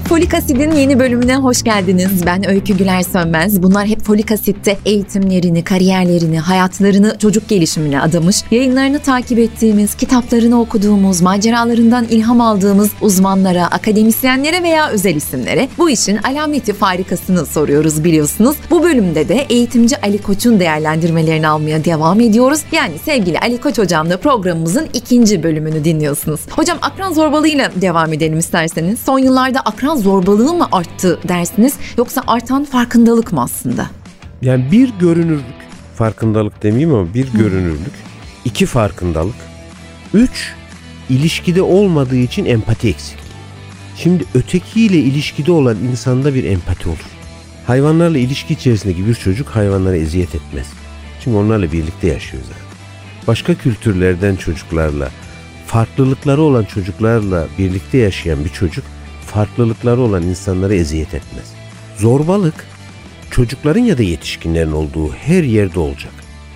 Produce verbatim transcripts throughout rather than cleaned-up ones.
Folik Asit'in yeni bölümüne hoş geldiniz. Ben Öykü Güler Sönmez. Bunlar hep Folik Asit'te eğitimlerini, kariyerlerini, hayatlarını çocuk gelişimine adamış, yayınlarını takip ettiğimiz, kitaplarını okuduğumuz, maceralarından ilham aldığımız uzmanlara, akademisyenlere veya özel isimlere bu işin alameti farikasını soruyoruz biliyorsunuz. Bu bölümde de eğitimci Ali Koç'un değerlendirmelerini almaya devam ediyoruz. Yani sevgili Ali Koç hocamla programımızın ikinci bölümünü dinliyorsunuz. Hocam akran zorbalığıyla devam edelim isterseniz. Son yıllarda akran zorbalığı mı arttı dersiniz yoksa artan farkındalık mı aslında? Yani bir görünürlük, farkındalık demeyeyim ama bir Hı. görünürlük, iki farkındalık, üç ilişkide olmadığı için empati eksik. Şimdi ötekiyle ilişkide olan insanda bir empati olur. Hayvanlarla ilişki içerisindeki bir çocuk hayvanlara eziyet etmez. Çünkü onlarla birlikte yaşıyor zaten. Başka kültürlerden çocuklarla, farklılıkları olan çocuklarla birlikte yaşayan bir çocuk farklılıkları olan insanlara eziyet etmez. Zorbalık çocukların ya da yetişkinlerin olduğu her yerde olacak.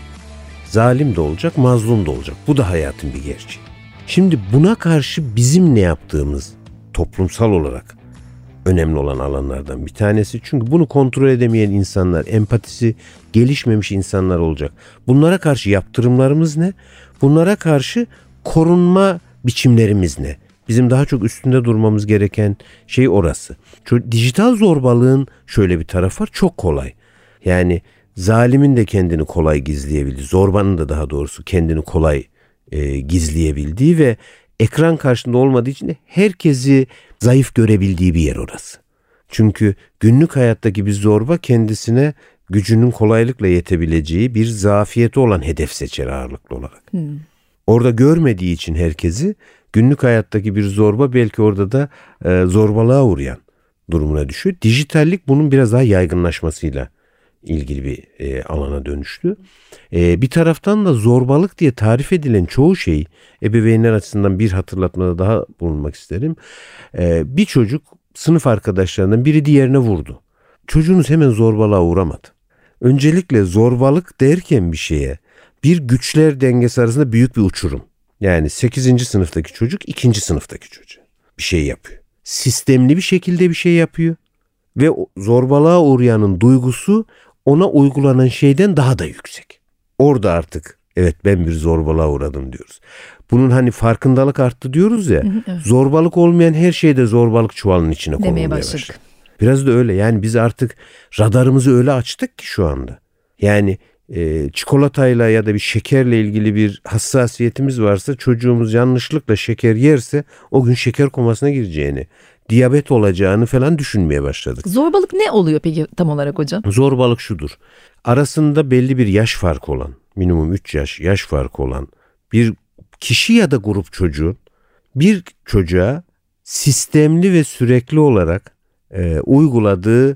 Zalim de olacak, mazlum da olacak. Bu da hayatın bir gerçeği. Şimdi buna karşı bizim ne yaptığımız toplumsal olarak önemli olan alanlardan bir tanesi. Çünkü bunu kontrol edemeyen insanlar, empatisi gelişmemiş insanlar olacak. Bunlara karşı yaptırımlarımız ne? Bunlara karşı korunma biçimlerimiz ne? Bizim daha çok üstünde durmamız gereken şey orası. Dijital zorbalığın şöyle bir tarafı var, çok kolay. Yani zalimin de kendini kolay gizleyebildiği, zorbanın da daha doğrusu kendini kolay e, gizleyebildiği ve ekran karşısında olmadığı için de herkesi zayıf görebildiği bir yer orası. Çünkü günlük hayattaki bir zorba kendisine gücünün kolaylıkla yetebileceği bir zafiyeti olan hedef seçer ağırlıklı olarak. Hmm. Orada görmediği için herkesi, günlük hayattaki bir zorba belki orada da e, zorbalığa uğrayan durumuna düşüyor. Dijitallik bunun biraz daha yaygınlaşmasıyla ilgili bir e, alana dönüştü. E, bir taraftan da zorbalık diye tarif edilen çoğu şey, ebeveynler açısından bir hatırlatmada daha bulunmak isterim. E, bir çocuk sınıf arkadaşlarından biri diğerine vurdu. Çocuğunuz hemen zorbalığa uğramadı. Öncelikle zorbalık derken bir şeye, bir güçler dengesi arasında büyük bir uçurum. Yani sekizinci sınıftaki çocuk ikinci sınıftaki çocuğa bir şey yapıyor. Sistemli bir şekilde bir şey yapıyor. Ve zorbalığa uğrayanın duygusu ona uygulanan şeyden daha da yüksek. Orada artık evet ben bir zorbalığa uğradım diyoruz. Bunun hani farkındalık arttı diyoruz ya. Hı hı, evet. Zorbalık olmayan her şeyde zorbalık çuvalının içine konulmaya başladık. Biraz da öyle. Yani biz artık radarımızı öyle açtık ki şu anda. Yani e, çikolatayla ya da bir şekerle ilgili bir hassasiyetimiz varsa çocuğumuz yanlışlıkla şeker yerse o gün şeker komasına gireceğini, diyabet olacağını falan düşünmeye başladık. Zorbalık ne oluyor peki tam olarak hocam? Zorbalık şudur. Arasında belli bir yaş farkı olan, minimum üç yaş yaş farkı olan bir kişi ya da grup çocuğun bir çocuğa sistemli ve sürekli olarak e, uyguladığı e,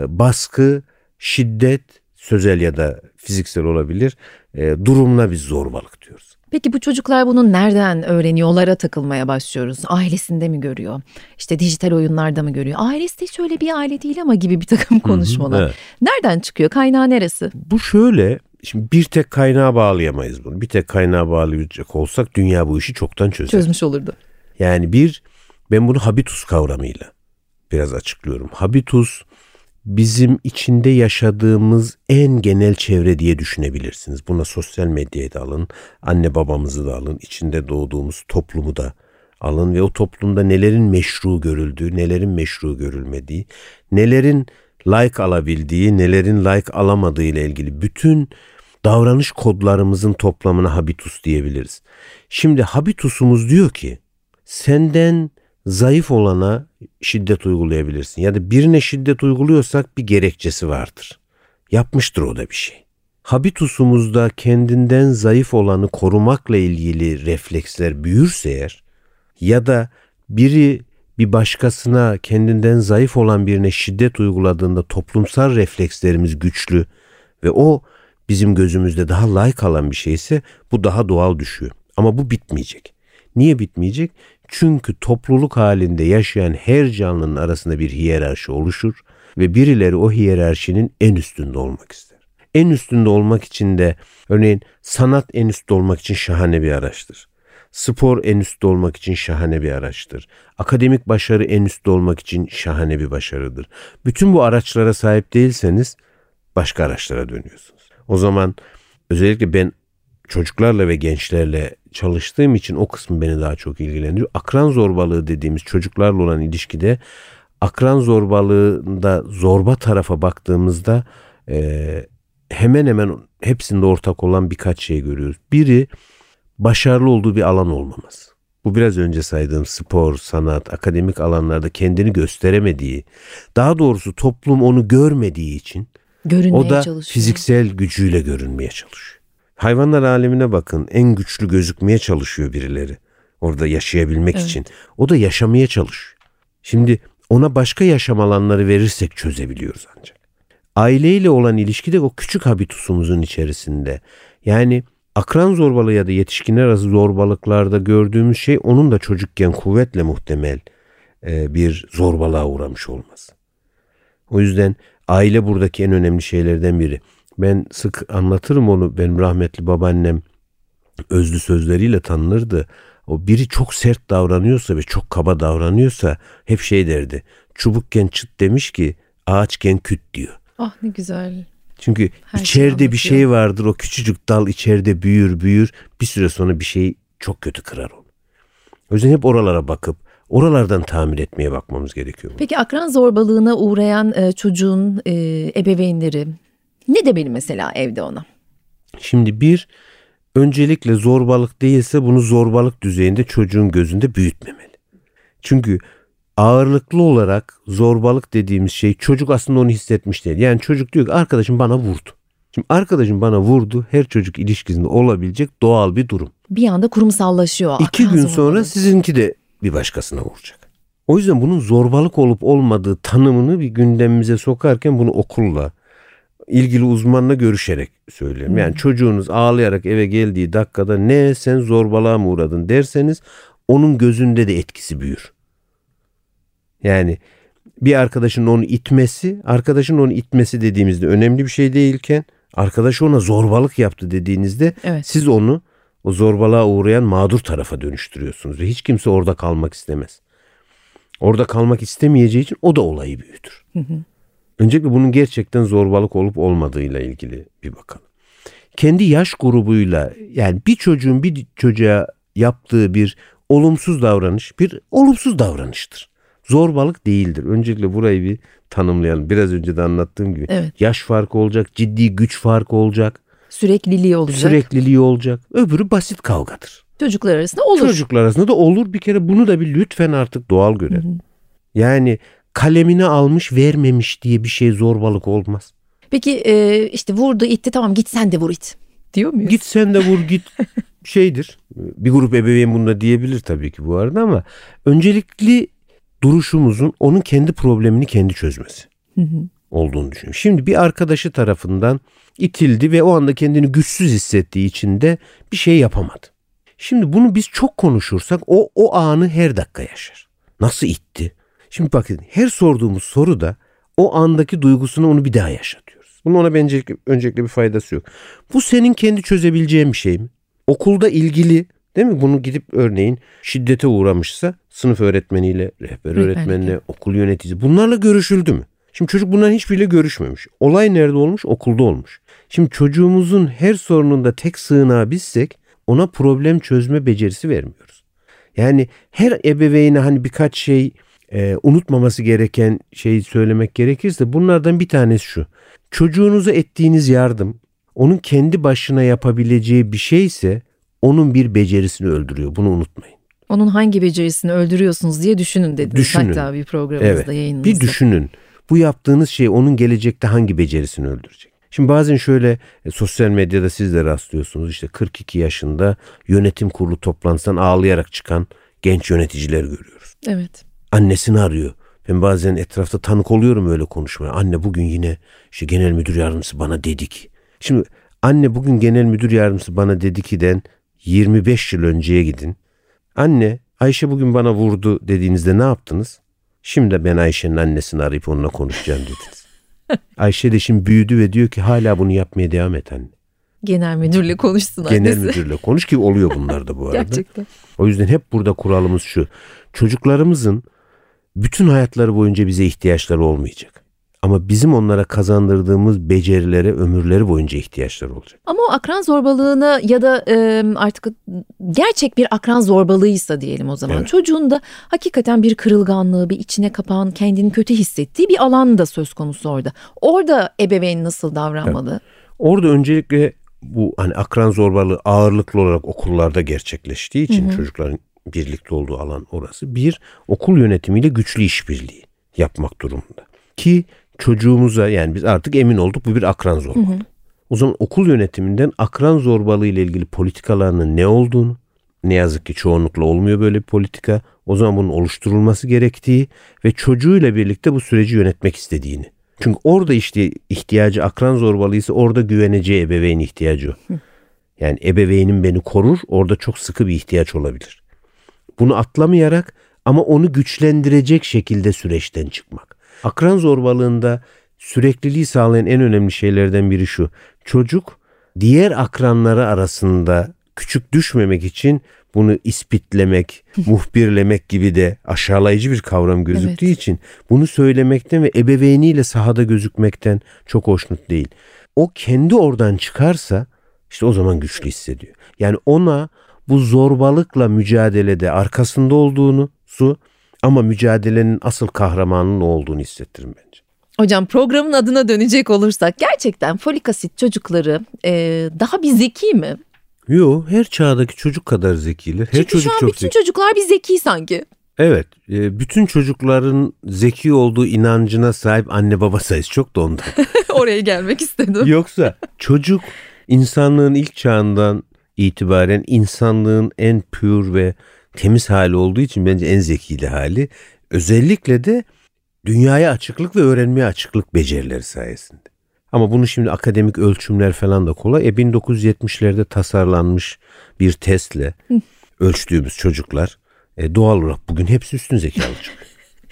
baskı, şiddet, sözel ya da fiziksel olabilir e, durumuna biz zorbalık diyoruz. Peki bu çocuklar bunu nereden öğreniyorlara takılmaya başlıyoruz? Ailesinde mi görüyor? İşte dijital oyunlarda mı görüyor? Ailesi de şöyle bir aile değil ama gibi bir takım konuşmalar. Hı hı, evet. Nereden çıkıyor? Kaynağı neresi? Bu şöyle, şimdi bir tek kaynağa bağlayamayız bunu. Bir tek kaynağa bağlayacak olsak dünya bu işi çoktan çözer. Çözmüş olurdu. Yani bir, ben bunu habitus kavramıyla biraz açıklıyorum. Habitus bizim içinde yaşadığımız en genel çevre diye düşünebilirsiniz. Buna sosyal medyayı da alın, anne babamızı da alın, içinde doğduğumuz toplumu da alın ve o toplumda nelerin meşru görüldüğü, nelerin meşru görülmediği, nelerin like alabildiği, nelerin like alamadığı ile ilgili bütün davranış kodlarımızın toplamına habitus diyebiliriz. Şimdi habitusumuz diyor ki senden zayıf olana şiddet uygulayabilirsin. Ya da birine şiddet uyguluyorsak bir gerekçesi vardır. Yapmıştır o da bir şey. Habitusumuzda kendinden zayıf olanı korumakla ilgili refleksler büyürse eğer ya da biri bir başkasına kendinden zayıf olan birine şiddet uyguladığında toplumsal reflekslerimiz güçlü ve o bizim gözümüzde daha layık alan bir şeyse bu daha doğal düşüyor. Ama bu bitmeyecek. Niye bitmeyecek? Çünkü topluluk halinde yaşayan her canlının arasında bir hiyerarşi oluşur ve birileri o hiyerarşinin en üstünde olmak ister. En üstünde olmak için de örneğin sanat en üstte olmak için şahane bir araçtır. Spor en üstte olmak için şahane bir araçtır. Akademik başarı en üstte olmak için şahane bir başarıdır. Bütün bu araçlara sahip değilseniz başka araçlara dönüyorsunuz. O zaman özellikle ben çocuklarla ve gençlerle çalıştığım için o kısmı beni daha çok ilgilendiriyor. Akran zorbalığı dediğimiz çocuklarla olan ilişkide akran zorbalığında zorba tarafa baktığımızda e, hemen hemen hepsinde ortak olan birkaç şey görüyoruz. Biri başarılı olduğu bir alan olmaması. Bu biraz önce saydığım spor, sanat, akademik alanlarda kendini gösteremediği, daha doğrusu toplum onu görmediği için görünmeye o da çalışıyor. Fiziksel gücüyle görünmeye çalışıyor. Hayvanlar alemine bakın, en güçlü gözükmeye çalışıyor birileri. Orada yaşayabilmek Evet. için. O da yaşamaya çalışıyor. Şimdi ona başka yaşam alanları verirsek çözebiliyoruz ancak. Aileyle olan ilişkide o küçük habitusumuzun içerisinde. Yani akran zorbalığı ya da yetişkinler arası zorbalıklarda gördüğümüz şey onun da çocukken kuvvetle muhtemel e, bir zorbalığa uğramış olması. O yüzden aile buradaki en önemli şeylerden biri. Ben sık anlatırım onu. Benim rahmetli babaannem özlü sözleriyle tanınırdı. O biri çok sert davranıyorsa ve çok kaba davranıyorsa hep şey derdi. Çubukken çıt demiş ki ağaçken küt diyor. Ah ne güzel. Çünkü Her içeride bir şey vardır. O küçücük dal içeride büyür büyür. Bir süre sonra bir şey çok kötü kırar onu. O yüzden hep oralara bakıp oralardan tamir etmeye bakmamız gerekiyor. Peki akran zorbalığına uğrayan e, çocuğun e, ebeveynleri ne demeli mesela evde ona? Şimdi bir, öncelikle zorbalık değilse bunu zorbalık düzeyinde çocuğun gözünde büyütmemeli. Çünkü ağırlıklı olarak zorbalık dediğimiz şey çocuk aslında onu hissetmiş değil. Yani çocuk diyor ki arkadaşım bana vurdu. Şimdi arkadaşım bana vurdu her çocuk ilişkisinde olabilecek doğal bir durum. Bir anda kurumsallaşıyor. İki akran gün zorbalığı. sonra sizinki de bir başkasına vuracak. O yüzden bunun zorbalık olup olmadığı tanımını bir gündemimize sokarken bunu okulla, ilgili uzmanla görüşerek söylerim. Yani çocuğunuz ağlayarak eve geldiği dakikada ne sen zorbalığa mı uğradın derseniz onun gözünde de etkisi büyür. Yani bir arkadaşın onu itmesi, arkadaşın onu itmesi dediğimizde önemli bir şey değilken arkadaşı ona zorbalık yaptı dediğinizde Evet. siz onu o zorbalığa uğrayan mağdur tarafa dönüştürüyorsunuz ve hiç kimse orada kalmak istemez. Orada kalmak istemeyeceği için o da olayı büyütür. Hı hı. Öncelikle bunun gerçekten zorbalık olup olmadığıyla ilgili bir bakalım. Kendi yaş grubuyla yani bir çocuğun bir çocuğa yaptığı bir olumsuz davranış bir olumsuz davranıştır. Zorbalık değildir. Öncelikle burayı bir tanımlayalım. Biraz önce de anlattığım gibi. Evet. Yaş farkı olacak, ciddi güç farkı olacak. Sürekliliği olacak. Sürekliliği olacak. Öbürü basit kavgadır. Çocuklar arasında olur. Çocuklar arasında da olur. Bir kere bunu da bir lütfen artık doğal görelim. Hı hı. Yani kalemini almış vermemiş diye bir şey zorbalık olmaz. Peki e, işte vurdu itti tamam git sen de vur it diyor muyuz? Git sen de vur git şeydir. Bir grup ebeveyn bunu da diyebilir tabii ki bu arada ama öncelikli duruşumuzun onun kendi problemini kendi çözmesi Hı hı. olduğunu düşünüyorum. Şimdi bir arkadaşı tarafından itildi ve o anda kendini güçsüz hissettiği için de bir şey yapamadı. Şimdi bunu biz çok konuşursak o o anı her dakika yaşar. Nasıl itti? Şimdi bakın her sorduğumuz soruda o andaki duygusunu onu bir daha yaşatıyoruz. Bunun ona bence öncelikle bir faydası yok. Bu senin kendi çözebileceğin bir şey mi? Okulda ilgili değil mi? Bunu gidip örneğin şiddete uğramışsa sınıf öğretmeniyle, rehber öğretmenle, okul yöneticisi bunlarla görüşüldü mü? Şimdi çocuk bunların hiçbiriyle görüşmemiş. Olay nerede olmuş? Okulda olmuş. Şimdi çocuğumuzun her sorununda tek sığınağı bizsek ona problem çözme becerisi vermiyoruz. Yani her ebeveyne hani birkaç şey e, unutmaması gereken şeyi söylemek gerekirse bunlardan bir tanesi şu. Çocuğunuza ettiğiniz yardım onun kendi başına yapabileceği bir şeyse onun bir becerisini öldürüyor. Bunu unutmayın. Onun hangi becerisini öldürüyorsunuz diye düşünün dediniz. Düşünün. Hatta bir programımızda Evet, yayınımızda. bir düşünün. Bu yaptığınız şey onun gelecekte hangi becerisini öldürecek? Şimdi bazen şöyle e, sosyal medyada siz de rastlıyorsunuz. İşte kırk iki yaşında yönetim kurulu toplantısından ağlayarak çıkan genç yöneticiler görüyoruz. Evet. Annesini arıyor. Ben bazen etrafta tanık oluyorum öyle konuşmaya. Anne bugün yine işte genel müdür yardımcısı bana dedi ki. Şimdi anne bugün genel müdür yardımcısı bana dedi ki'den yirmi beş yıl önceye gidin. Anne Ayşe bugün bana vurdu dediğinizde ne yaptınız? Şimdi ben Ayşe'nin annesini arayıp onunla konuşacağım dediniz. Ayşe de şimdi büyüdü ve diyor ki hala bunu yapmaya devam et anne. Genel müdürle konuşsun annesi. Genel müdürle konuş ki oluyor bunlar da bu arada. Gerçekten. O yüzden hep burada kuralımız şu. Çocuklarımızın bütün hayatları boyunca bize ihtiyaçları olmayacak. Ama bizim onlara kazandırdığımız becerilere ömürleri boyunca ihtiyaçları olacak. Ama o akran zorbalığına ya da e, artık gerçek bir akran zorbalığıysa diyelim o zaman. Evet. Çocuğun da hakikaten bir kırılganlığı, bir içine kapan, kendini kötü hissettiği bir alan da söz konusu orada. Orada ebeveyn nasıl davranmalı? Evet. Orada öncelikle bu hani akran zorbalığı ağırlıklı olarak okullarda gerçekleştiği için hı hı. çocukların birlikte olduğu alan orası. Bir, okul yönetimiyle güçlü işbirliği yapmak durumunda. Ki çocuğumuza, yani biz artık emin olduk bu bir akran zorbalığı. Hı hı. O zaman okul yönetiminden akran zorbalığı ile ilgili politikalarının ne olduğunu, ne yazık ki çoğunlukla olmuyor böyle bir politika. O zaman bunun oluşturulması gerektiği ve çocuğuyla birlikte bu süreci yönetmek istediğini. Çünkü orada işte ihtiyacı akran zorbalığıysa orada güveneceği ebeveyn ihtiyacı o. Hı. Yani ebeveynim beni korur, orada çok sıkı bir ihtiyaç olabilir. Bunu atlamayarak ama onu güçlendirecek şekilde süreçten çıkmak. Akran zorbalığında sürekliliği sağlayan en önemli şeylerden biri şu. Çocuk diğer akranları arasında küçük düşmemek için bunu ispitlemek, muhbirlemek gibi de aşağılayıcı bir kavram gözüktüğü evet. için bunu söylemekten ve ebeveyniyle sahada gözükmekten çok hoşnut değil. O kendi oradan çıkarsa işte o zaman güçlü hissediyor. Yani ona bu zorbalıkla mücadelede arkasında olduğunu su ama mücadelenin asıl kahramanının olduğunu hissettirir bence. Hocam programın adına dönecek olursak gerçekten folik asit çocukları e, daha bir zeki mi? Yok, her çağdaki çocuk kadar zekiler. Her Çünkü çocuk şu an çok bütün zeki. çocuklar bir zeki sanki. Evet, e, bütün çocukların zeki olduğu inancına sahip anne baba sayısı çok da ondan. Oraya gelmek istedim. Yoksa çocuk insanlığın ilk çağından itibaren insanlığın en pür ve temiz hali olduğu için bence en zekili hali. Özellikle de dünyaya açıklık ve öğrenmeye açıklık becerileri sayesinde. Ama bunu şimdi akademik ölçümler falan da kolay. E bin dokuz yüz yetmişlerde tasarlanmış bir testle Hı. ölçtüğümüz çocuklar e, doğal olarak bugün hepsi üstün zekalı çocuk.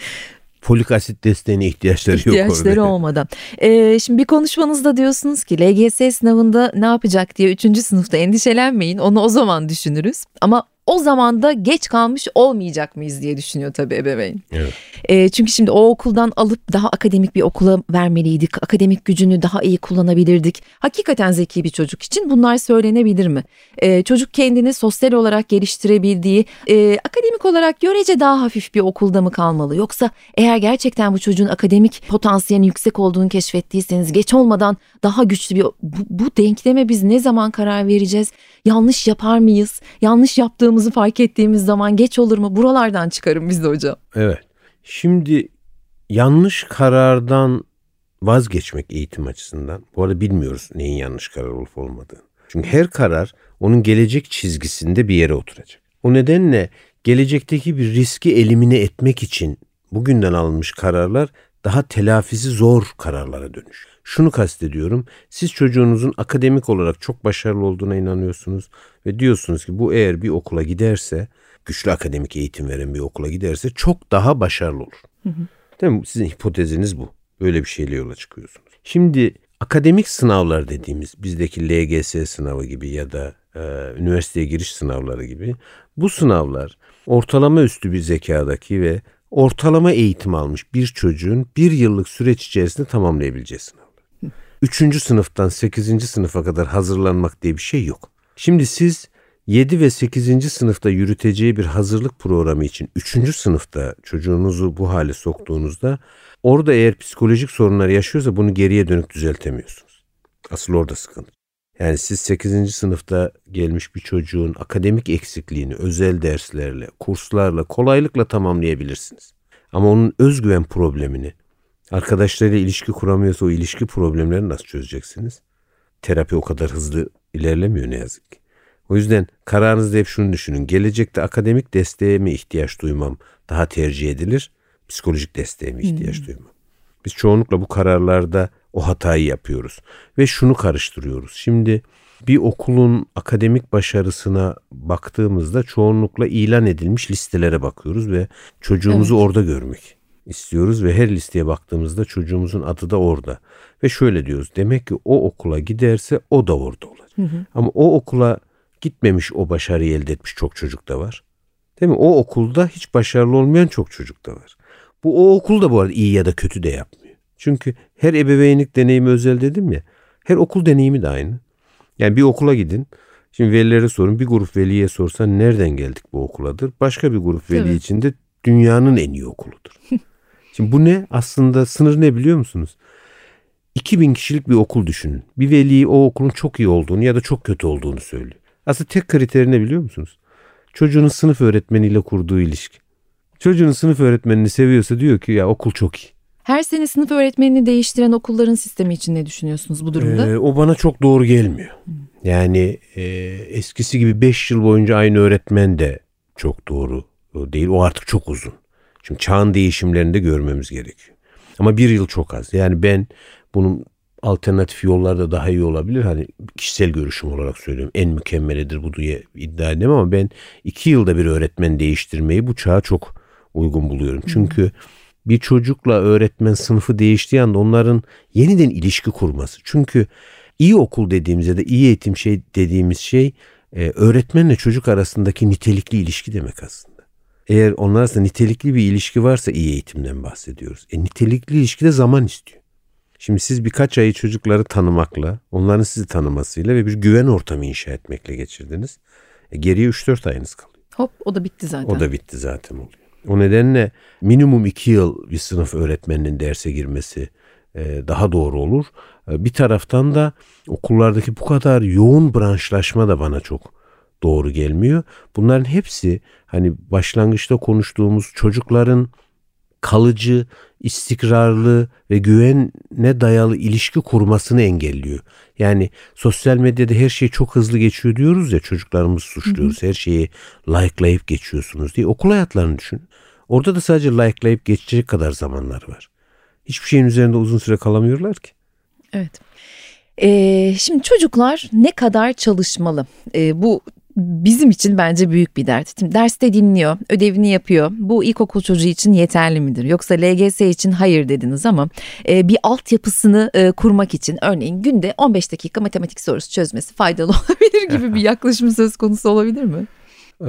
Folik asit desteğine ihtiyaçları, ihtiyaçları yok orada. İhtiyaçları olmadan. Ee, şimdi bir konuşmanızda diyorsunuz ki L G S sınavında ne yapacak diye üçüncü sınıfta endişelenmeyin. Onu o zaman düşünürüz. Ama o zaman da geç kalmış olmayacak mıyız diye düşünüyor tabii ebeveyn. Evet. E, çünkü şimdi o okuldan alıp daha akademik bir okula vermeliydik. Akademik gücünü daha iyi kullanabilirdik. Hakikaten zeki bir çocuk için bunlar söylenebilir mi? E, çocuk kendini sosyal olarak geliştirebildiği, e, akademik olarak görece daha hafif bir okulda mı kalmalı? Yoksa eğer gerçekten bu çocuğun akademik potansiyelinin yüksek olduğunu keşfettiyseniz geç olmadan daha güçlü bir... Bu, bu denkleme biz ne zaman karar vereceğiz? Yanlış yapar mıyız? Yanlış yaptığımızı fark ettiğimiz zaman geç olur mu? Buralardan çıkarım biz de hocam. Evet. Şimdi yanlış karardan vazgeçmek eğitim açısından. Bu arada bilmiyoruz neyin yanlış karar olup olmadığını. Çünkü her karar onun gelecek çizgisinde bir yere oturacak. O nedenle gelecekteki bir riski elimine etmek için bugünden alınmış kararlar daha telafisi zor kararlara dönüşüyor. Şunu kastediyorum. Siz çocuğunuzun akademik olarak çok başarılı olduğuna inanıyorsunuz ve diyorsunuz ki bu eğer bir okula giderse, güçlü akademik eğitim veren bir okula giderse çok daha başarılı olur. Hı hı. Değil mi? Sizin hipoteziniz bu. Böyle bir şeyle yola çıkıyorsunuz. Şimdi akademik sınavlar dediğimiz bizdeki L G S sınavı gibi ya da e, üniversiteye giriş sınavları gibi bu sınavlar ortalama üstü bir zekadaki ve ortalama eğitim almış bir çocuğun bir yıllık süreç içerisinde tamamlayabileceği sınavlar. Üçüncü sınıftan sekizinci sınıfa kadar hazırlanmak diye bir şey yok. Şimdi siz yedi ve sekizinci sınıfta yürüteceği bir hazırlık programı için üçüncü sınıfta çocuğunuzu bu hale soktuğunuzda orada eğer psikolojik sorunlar yaşıyorsa bunu geriye dönük düzeltemiyorsunuz. Asıl orada sıkıntı. Yani siz sekizinci sınıfta gelmiş bir çocuğun akademik eksikliğini özel derslerle, kurslarla kolaylıkla tamamlayabilirsiniz. Ama onun özgüven problemini, arkadaşlarıyla ilişki kuramıyorsa o ilişki problemlerini nasıl çözeceksiniz? Terapi o kadar hızlı ilerlemiyor ne yazık ki. O yüzden kararınızda hep şunu düşünün. Gelecekte akademik desteğe mi ihtiyaç duymam daha tercih edilir? Psikolojik desteğe mi ihtiyaç hmm. duymam? Biz çoğunlukla bu kararlarda o hatayı yapıyoruz. Ve şunu karıştırıyoruz. Şimdi bir okulun akademik başarısına baktığımızda çoğunlukla ilan edilmiş listelere bakıyoruz ve çocuğumuzu evet. orada görmek istiyoruz ve her listeye baktığımızda çocuğumuzun adı da orada. Ve şöyle diyoruz. Demek ki o okula giderse o da orada olacak. Hı hı. Ama o okula gitmemiş, o başarıyı elde etmiş çok çocuk da var. Değil mi? O okulda hiç başarılı olmayan çok çocuk da var. Bu o okul da bu arada iyi ya da kötü de yapmıyor. Çünkü her ebeveynlik deneyimi özel dedim ya. Her okul deneyimi de aynı. Yani bir okula gidin. Şimdi velilere sorun. Bir grup veliye sorsan nereden geldik bu okuladır. Başka bir grup veli Evet. için de dünyanın en iyi okuludur. Şimdi bu ne? Aslında sınır ne biliyor musunuz? iki bin kişilik bir okul düşünün. Bir veli o okulun çok iyi olduğunu ya da çok kötü olduğunu söylüyor. Aslında tek kriteri ne biliyor musunuz? Çocuğunun sınıf öğretmeniyle kurduğu ilişki. Çocuğunun sınıf öğretmenini seviyorsa diyor ki ya okul çok iyi. Her sene sınıf öğretmenini değiştiren okulların sistemi için ne düşünüyorsunuz bu durumda? Ee, o bana çok doğru gelmiyor. Yani e, eskisi gibi beş yıl boyunca aynı öğretmen de çok doğru değil. O artık çok uzun. Şimdi çağın değişimlerini de görmemiz gerekiyor. Ama bir yıl çok az. Yani ben bunun alternatif yollarda daha iyi olabilir. Hani kişisel görüşüm olarak söylüyorum. En mükemmelidir bu diye iddia edemem ama ben iki yılda bir öğretmen değiştirmeyi bu çağa çok uygun buluyorum. Çünkü bir çocukla öğretmen sınıfı değiştiği anda onların yeniden ilişki kurması. Çünkü iyi okul dediğimiz ya da iyi eğitim şey dediğimiz şey e, öğretmenle çocuk arasındaki nitelikli ilişki demek aslında. Eğer onlar arasında nitelikli bir ilişki varsa iyi eğitimden bahsediyoruz. E, nitelikli ilişki de zaman istiyor. Şimdi siz birkaç ayı çocukları tanımakla, onların sizi tanımasıyla ve bir güven ortamı inşa etmekle geçirdiniz. E, geriye üç dört ayınız kalıyor. Hop o da bitti zaten. O da bitti zaten oluyor. O nedenle minimum iki yıl bir sınıf öğretmeninin derse girmesi e, daha doğru olur. E, bir taraftan da okullardaki bu kadar yoğun branşlaşma da bana çok doğru gelmiyor. Bunların hepsi hani başlangıçta konuştuğumuz çocukların kalıcı, istikrarlı ve güvene dayalı ilişki kurmasını engelliyor. Yani sosyal medyada her şey çok hızlı geçiyor diyoruz ya, çocuklarımızı suçluyoruz. Hı hı. Her şeyi likelayıp geçiyorsunuz diye. Okul hayatlarını düşün. Orada da sadece likelayıp geçecek kadar zamanlar var. Hiçbir şeyin üzerinde uzun süre kalamıyorlar ki. Evet. Ee, şimdi çocuklar ne kadar çalışmalı? Ee, bu bizim için bence büyük bir dert. Şimdi derste dinliyor, ödevini yapıyor. Bu ilkokul çocuğu için yeterli midir? Yoksa L G S için hayır dediniz ama e, bir altyapısını e, kurmak için örneğin günde on beş dakika matematik sorusu çözmesi faydalı olabilir gibi bir yaklaşım söz konusu olabilir mi? Ee,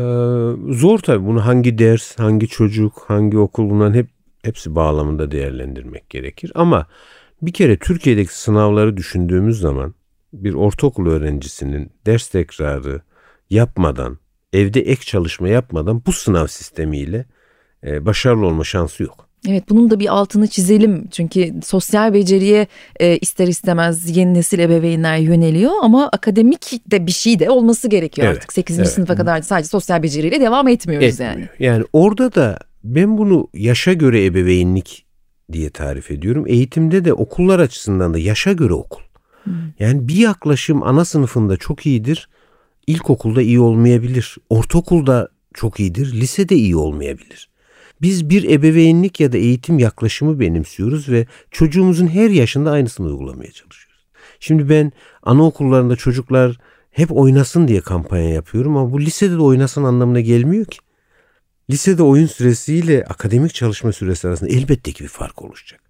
zor tabii. Bunu hangi ders, hangi çocuk, hangi okul, bunların hep hepsi bağlamında değerlendirmek gerekir. Ama bir kere Türkiye'deki sınavları düşündüğümüz zaman bir ortaokul öğrencisinin ders tekrarı yapmadan, evde ek çalışma yapmadan bu sınav sistemiyle e, başarılı olma şansı yok. Evet, bunun da bir altını çizelim. Çünkü sosyal beceriye e, ister istemez yeni nesil ebeveynler yöneliyor ama akademik de bir şey de olması gerekiyor evet, artık. sekizinci evet. sınıfa kadar sadece sosyal beceriyle devam etmiyoruz Etmiyor. yani. Yani orada da ben bunu yaşa göre ebeveynlik diye tarif ediyorum. Eğitimde de okullar açısından da yaşa göre okul. Hmm. Yani bir yaklaşım ana sınıfında çok iyidir. İlkokulda iyi olmayabilir. Ortaokulda çok iyidir. Lisede iyi olmayabilir. Biz bir ebeveynlik ya da eğitim yaklaşımı benimsiyoruz ve çocuğumuzun her yaşında aynısını uygulamaya çalışıyoruz. Şimdi ben anaokullarında çocuklar hep oynasın diye kampanya yapıyorum ama bu lisede de oynasın anlamına gelmiyor ki. Lisede oyun süresiyle akademik çalışma süresi arasında elbette ki bir fark oluşacak.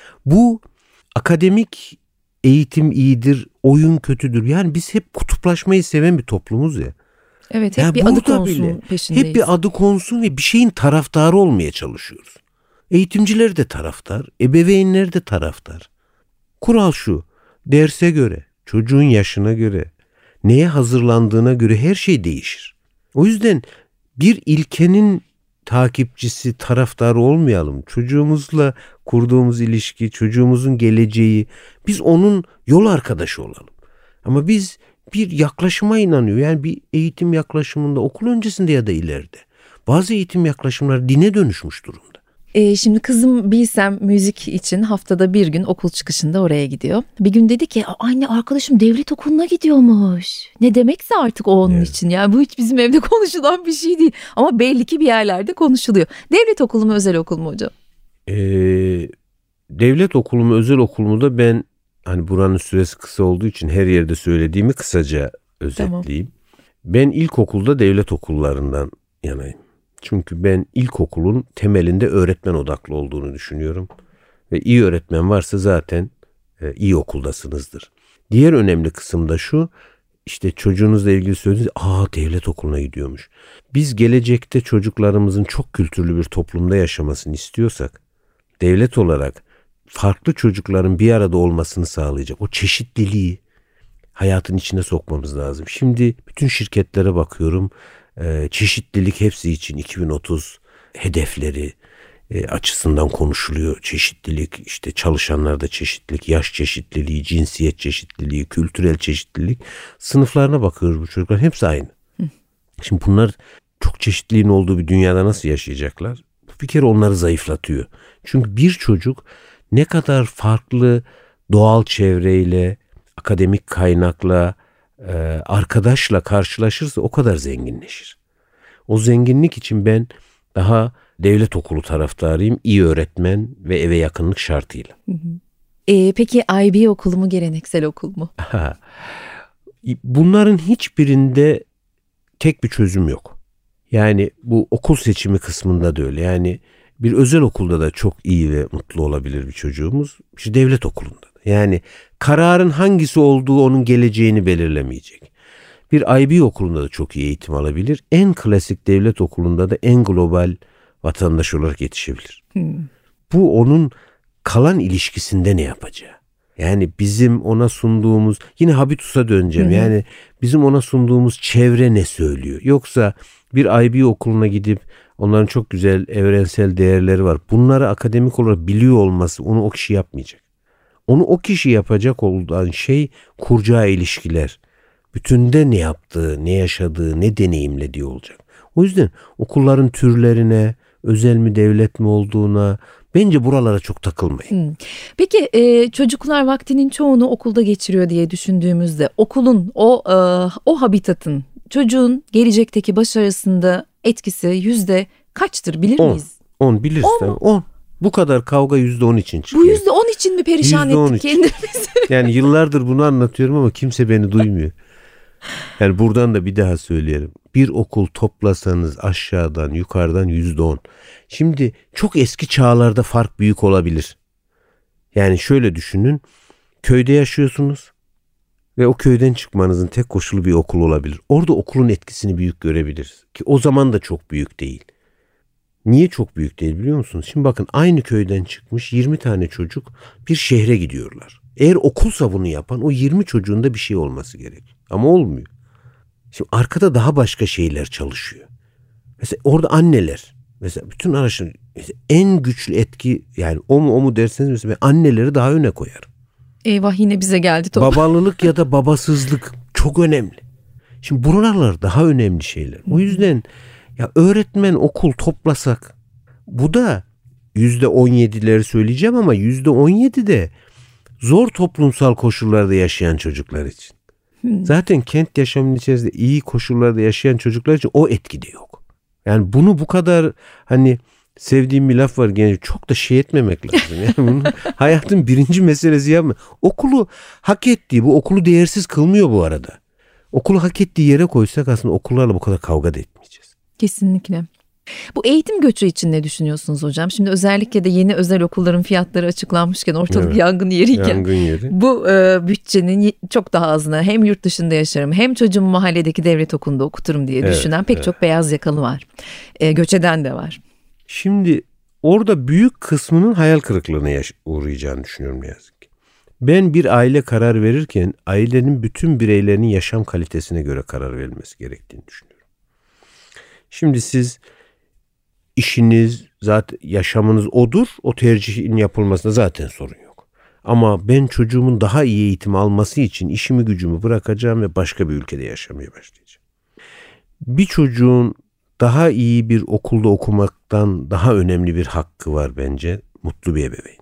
Bu akademik eğitim iyidir, oyun kötüdür. Yani biz hep kutuplaşmayı seven bir toplumuz ya. Evet, hep ya bir adı konsun bile, peşindeyiz. Hep bir adı konsun ve bir şeyin taraftarı olmaya çalışıyoruz. Eğitimciler de taraftar, ebeveynler de taraftar. Kural şu: derse göre, çocuğun yaşına göre, neye hazırlandığına göre her şey değişir. O yüzden bir ilkenin takipçisi, taraftarı olmayalım. Çocuğumuzla kurduğumuz ilişki, çocuğumuzun geleceği, biz onun yol arkadaşı olalım. Ama biz bir yaklaşıma inanıyor. Yani bir eğitim yaklaşımında okul öncesinde ya da ileride bazı eğitim yaklaşımları dine dönüşmüş durumda. Ee, şimdi kızım Bilsem müzik için haftada bir gün okul çıkışında oraya gidiyor. Bir gün dedi ki anne arkadaşım devlet okuluna gidiyormuş. Ne demekse artık o onun evet. için. Yani bu hiç bizim evde konuşulan bir şey değil. Ama belli ki bir yerlerde konuşuluyor. Devlet okulu mu özel okul mu hocam? Ee, devlet okulu mu özel okul mu da ben hani buranın süresi kısa olduğu için her yerde söylediğimi kısaca özetleyeyim. Tamam. Ben ilkokulda devlet okullarından yanayım. Çünkü ben ilkokulun temelinde öğretmen odaklı olduğunu düşünüyorum. Ve iyi öğretmen varsa zaten e, iyi okuldasınızdır. Diğer önemli kısım da şu: işte çocuğunuzla ilgili söylediğiniz, aa devlet okuluna gidiyormuş. Biz gelecekte çocuklarımızın çok kültürlü bir toplumda yaşamasını istiyorsak, devlet olarak farklı çocukların bir arada olmasını sağlayacak o çeşitliliği hayatın içine sokmamız lazım. Şimdi bütün şirketlere bakıyorum, e, çeşitlilik hepsi için iki bin otuz hedefleri e, açısından konuşuluyor. Çeşitlilik, işte çalışanlarda çeşitlilik, yaş çeşitliliği, cinsiyet çeşitliliği, kültürel çeşitlilik. Sınıflarına bakıyoruz, bu çocuklar hepsi aynı. Hı. Şimdi bunlar çok çeşitliliğin olduğu bir dünyada nasıl yaşayacaklar? Bir kere onları zayıflatıyor. Çünkü bir çocuk ne kadar farklı doğal çevreyle, akademik kaynakla, e, arkadaşla karşılaşırsa o kadar zenginleşir. O zenginlik için ben daha devlet okulu taraftarıyım, iyi öğretmen ve eve yakınlık şartıyla. Hı hı. E, peki I B okulu mu, geleneksel okul mu? Bunların hiçbirinde tek bir çözüm yok. Yani bu okul seçimi kısmında da öyle. Yani bir özel okulda da çok iyi ve mutlu olabilir bir çocuğumuz. İşte devlet okulunda da. Yani kararın hangisi olduğu onun geleceğini belirlemeyecek. Bir I B okulunda da çok iyi eğitim alabilir. En klasik devlet okulunda da en global vatandaş olarak yetişebilir. Hmm. Bu onun kalan ilişkisinde ne yapacağı. Yani bizim ona sunduğumuz, yine habitus'a döneceğim. Hmm. Yani bizim ona sunduğumuz çevre ne söylüyor? Yoksa bir I B okuluna gidip onların çok güzel evrensel değerleri var. Bunları akademik olarak biliyor olması onu o kişi yapmayacak. Onu o kişi yapacak olan şey kuracağı ilişkiler. Bütünde ne yaptığı, ne yaşadığı, ne deneyimlediği olacak. O yüzden okulların türlerine, özel mi devlet mi olduğuna, bence buralara çok takılmayın. Hmm. Peki e, çocuklar vaktinin çoğunu okulda geçiriyor diye düşündüğümüzde okulun, o e, o habitatın çocuğun gelecekteki başarısında etkisi yüzde kaçtır bilir on, miyiz? on biliriz tabii. on. Bu kadar kavga yüzde on için çıkıyor. Bu yüzde on için mi perişan ettik kendimizi? Yani yıllardır bunu anlatıyorum ama kimse beni duymuyor. Yani buradan da bir daha söyleyelim. Bir okul toplasanız aşağıdan yukarıdan yüzde on. Şimdi çok eski çağlarda fark büyük olabilir. Yani şöyle düşünün. Köyde yaşıyorsunuz ve o köyden çıkmanızın tek koşulu bir okul olabilir. Orada okulun etkisini büyük görebiliriz. Ki o zaman da çok büyük değil. Niye çok büyük değil biliyor musunuz? Şimdi bakın, aynı köyden çıkmış yirmi tane çocuk bir şehre gidiyorlar. Eğer okulsa bunu yapan o yirmi çocuğun da bir şey olması gerek. Ama olmuyor. Şimdi arkada daha başka şeyler çalışıyor. Mesela orada anneler. Mesela bütün araştırma, en güçlü etki, yani o mu o mu derseniz mesela anneleri daha öne koyarım. Eyvah, yine bize geldi top. Babalılık ya da babasızlık çok önemli. Şimdi buralar daha önemli şeyler. O yüzden ya öğretmen okul toplasak, bu da yüzde on yedileri söyleyeceğim ama yüzde on yedi de zor toplumsal koşullarda yaşayan çocuklar için. Hmm. Zaten kent yaşamının içerisinde iyi koşullarda yaşayan çocuklar için o etki de yok. Yani bunu bu kadar, hani sevdiğim bir laf var gene, çok da şey etmemek lazım. Yani bunu hayatın birinci meselesi yapma. Okulu hak ettiği, bu okulu değersiz kılmıyor bu arada. Okulu hak ettiği yere koysak aslında okullarla bu kadar kavga da etmeyeceğiz. Kesinlikle. Bu eğitim göçü için ne düşünüyorsunuz hocam? Şimdi özellikle de yeni özel okulların fiyatları açıklanmışken, ortalık evet, yangın yeriyken yangın yeri. Bu e, bütçenin çok daha azına hem yurt dışında yaşarım hem çocuğumu mahalledeki devlet okulunda okuturum diye evet, düşünen pek evet. çok beyaz yakalı var. E, göç eden de var. Şimdi orada büyük kısmının hayal kırıklığına yaş- uğrayacağını düşünüyorum ne yazık ki. Ben bir aile karar verirken ailenin bütün bireylerinin yaşam kalitesine göre karar verilmesi gerektiğini düşünüyorum. Şimdi siz işiniz, zaten yaşamınız odur. O tercihin yapılmasında zaten sorun yok. Ama ben çocuğumun daha iyi eğitim alması için işimi gücümü bırakacağım ve başka bir ülkede yaşamaya başlayacağım. Bir çocuğun daha iyi bir okulda okumaktan daha önemli bir hakkı var bence. Mutlu bir ebeveyn.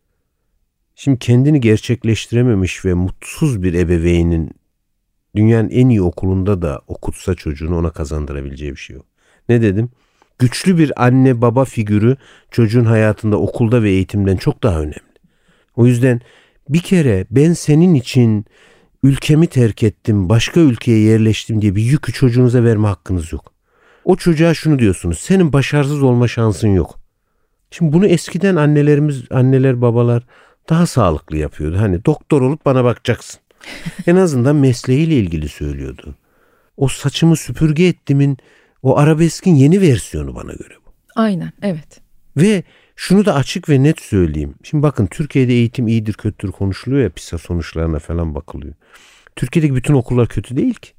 Şimdi kendini gerçekleştirememiş ve mutsuz bir ebeveynin dünyanın en iyi okulunda da okutsa çocuğunu, ona kazandırabileceği bir şey yok. Ne dedim? Güçlü bir anne baba figürü çocuğun hayatında okulda ve eğitimden çok daha önemli. O yüzden bir kere ben senin için ülkemi terk ettim, başka ülkeye yerleştim diye bir yükü çocuğunuza verme hakkınız yok. O çocuğa şunu diyorsunuz: senin başarısız olma şansın yok. Şimdi bunu eskiden annelerimiz, anneler babalar daha sağlıklı yapıyordu. Hani doktor olup bana bakacaksın. En azından mesleğiyle ilgili söylüyordu. O saçımı süpürge ettimin, o arabeskin yeni versiyonu bana göre bu. Aynen, evet. Ve şunu da açık ve net söyleyeyim. Şimdi bakın, Türkiye'de eğitim iyidir kötüdür konuşuluyor ya, PISA sonuçlarına falan bakılıyor. Türkiye'deki bütün okullar kötü değil ki.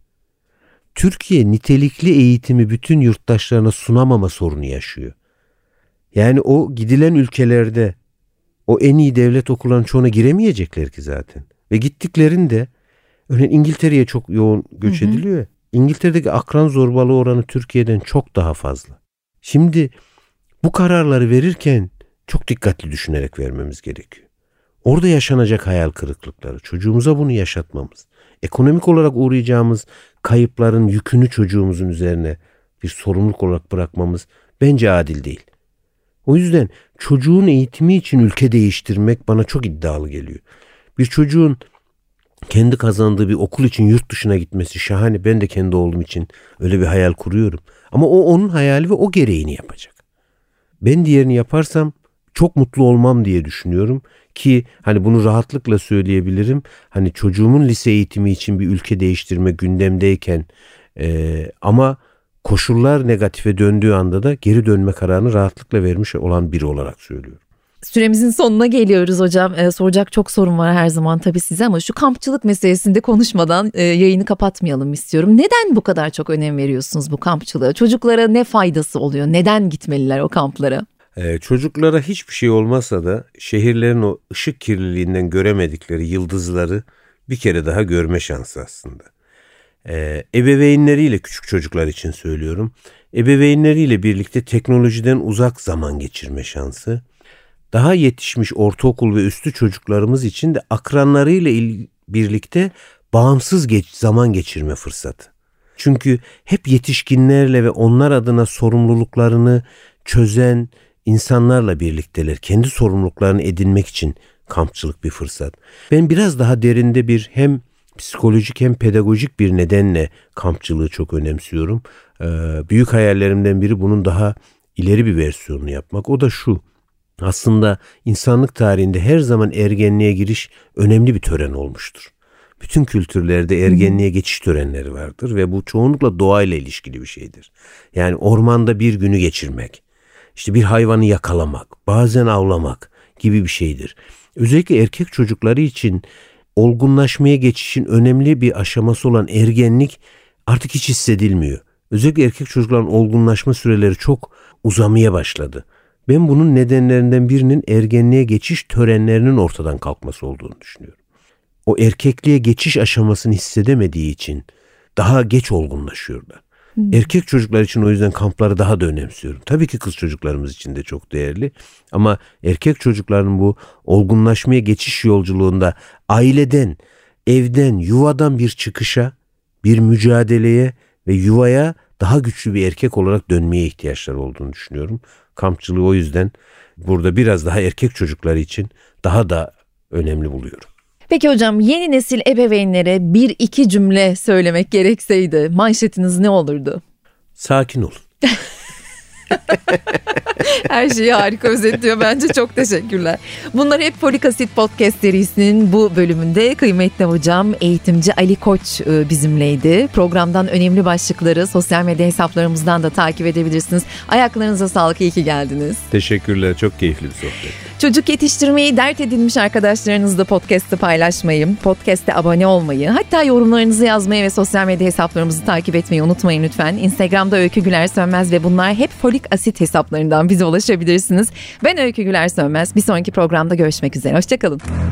Türkiye nitelikli eğitimi bütün yurttaşlarına sunamama sorunu yaşıyor. Yani o gidilen ülkelerde o en iyi devlet okullarının çoğuna giremeyecekler ki zaten. Ve gittiklerinde, örneğin İngiltere'ye çok yoğun göç ediliyor ya. İngiltere'deki akran zorbalığı oranı Türkiye'den çok daha fazla. Şimdi bu kararları verirken çok dikkatli düşünerek vermemiz gerekiyor. Orada yaşanacak hayal kırıklıkları, çocuğumuza bunu yaşatmamız, ekonomik olarak uğrayacağımız kayıpların yükünü çocuğumuzun üzerine bir sorumluluk olarak bırakmamız bence adil değil. O yüzden çocuğun eğitimi için ülke değiştirmek bana çok iddialı geliyor. Bir çocuğun kendi kazandığı bir okul için yurt dışına gitmesi şahane. Ben de kendi oğlum için öyle bir hayal kuruyorum. Ama o onun hayali ve o gereğini yapacak. Ben diğerini yaparsam çok mutlu olmam diye düşünüyorum ki hani bunu rahatlıkla söyleyebilirim. Hani çocuğumun lise eğitimi için bir ülke değiştirme gündemdeyken e, ama koşullar negatife döndüğü anda da geri dönme kararını rahatlıkla vermiş olan biri olarak söylüyorum. Süremizin sonuna geliyoruz hocam. Ee, soracak çok sorun var her zaman tabii size ama şu kampçılık meselesinde konuşmadan e, yayını kapatmayalım istiyorum. Neden bu kadar çok önem veriyorsunuz bu kampçılığa? Çocuklara ne faydası oluyor? Neden gitmeliler o kamplara? Ee, çocuklara hiçbir şey olmasa da şehirlerin o ışık kirliliğinden göremedikleri yıldızları bir kere daha görme şansı aslında. Ee, ebeveynleriyle, küçük çocuklar için söylüyorum, ebeveynleriyle birlikte teknolojiden uzak zaman geçirme şansı. Daha yetişmiş ortaokul ve üstü çocuklarımız için de akranlarıyla il- birlikte bağımsız geç, zaman geçirme fırsatı. Çünkü hep yetişkinlerle ve onlar adına sorumluluklarını çözen insanlarla birlikteler. Kendi sorumluluklarını edinmek için kampçılık bir fırsat. Ben biraz daha derinde bir hem psikolojik hem pedagojik bir nedenle kampçılığı çok önemsiyorum. Ee, büyük hayallerimden biri bunun daha ileri bir versiyonunu yapmak. O da şu: aslında insanlık tarihinde her zaman ergenliğe giriş önemli bir tören olmuştur. Bütün kültürlerde ergenliğe geçiş törenleri vardır ve bu çoğunlukla doğayla ilişkili bir şeydir. Yani ormanda bir günü geçirmek, işte bir hayvanı yakalamak, bazen avlamak gibi bir şeydir. Özellikle erkek çocukları için olgunlaşmaya geçişin önemli bir aşaması olan ergenlik artık hiç hissedilmiyor. Özellikle erkek çocukların olgunlaşma süreleri çok uzamaya başladı. Ben bunun nedenlerinden birinin ergenliğe geçiş törenlerinin ortadan kalkması olduğunu düşünüyorum. O erkekliğe geçiş aşamasını hissedemediği için daha geç olgunlaşıyorlar. Hmm. Erkek çocuklar için o yüzden kampları daha da önemsiyorum. Tabii ki kız çocuklarımız için de çok değerli. Ama erkek çocukların bu olgunlaşmaya geçiş yolculuğunda aileden, evden, yuvadan bir çıkışa, bir mücadeleye ve yuvaya daha güçlü bir erkek olarak dönmeye ihtiyaçları olduğunu düşünüyorum. Kampçılığı o yüzden burada biraz daha erkek çocukları için daha da önemli buluyorum. Peki hocam, yeni nesil ebeveynlere bir iki cümle söylemek gerekseydi manşetiniz ne olurdu? Sakin olun. Her şeyi harika özetliyor bence, çok teşekkürler. Bunlar hep Folik Asit Podcast serisinin bu bölümünde kıymetli hocam eğitimci Ali Koç bizimleydi. Programdan önemli başlıkları sosyal medya hesaplarımızdan da takip edebilirsiniz. Ayaklarınıza sağlık, iyi ki geldiniz. Teşekkürler, çok keyifli bir sohbet. Çocuk yetiştirmeyi dert edinmiş arkadaşlarınızla podcast'ı paylaşmayı, podcast'e abone olmayı, hatta yorumlarınızı yazmayı ve sosyal medya hesaplarımızı takip etmeyi unutmayın lütfen. Instagram'da Öykü Güler Sönmez ve bunlar hep Folik Asit hesaplarından bize ulaşabilirsiniz. Ben Öykü Güler Sönmez. Bir sonraki programda görüşmek üzere. Hoşçakalın.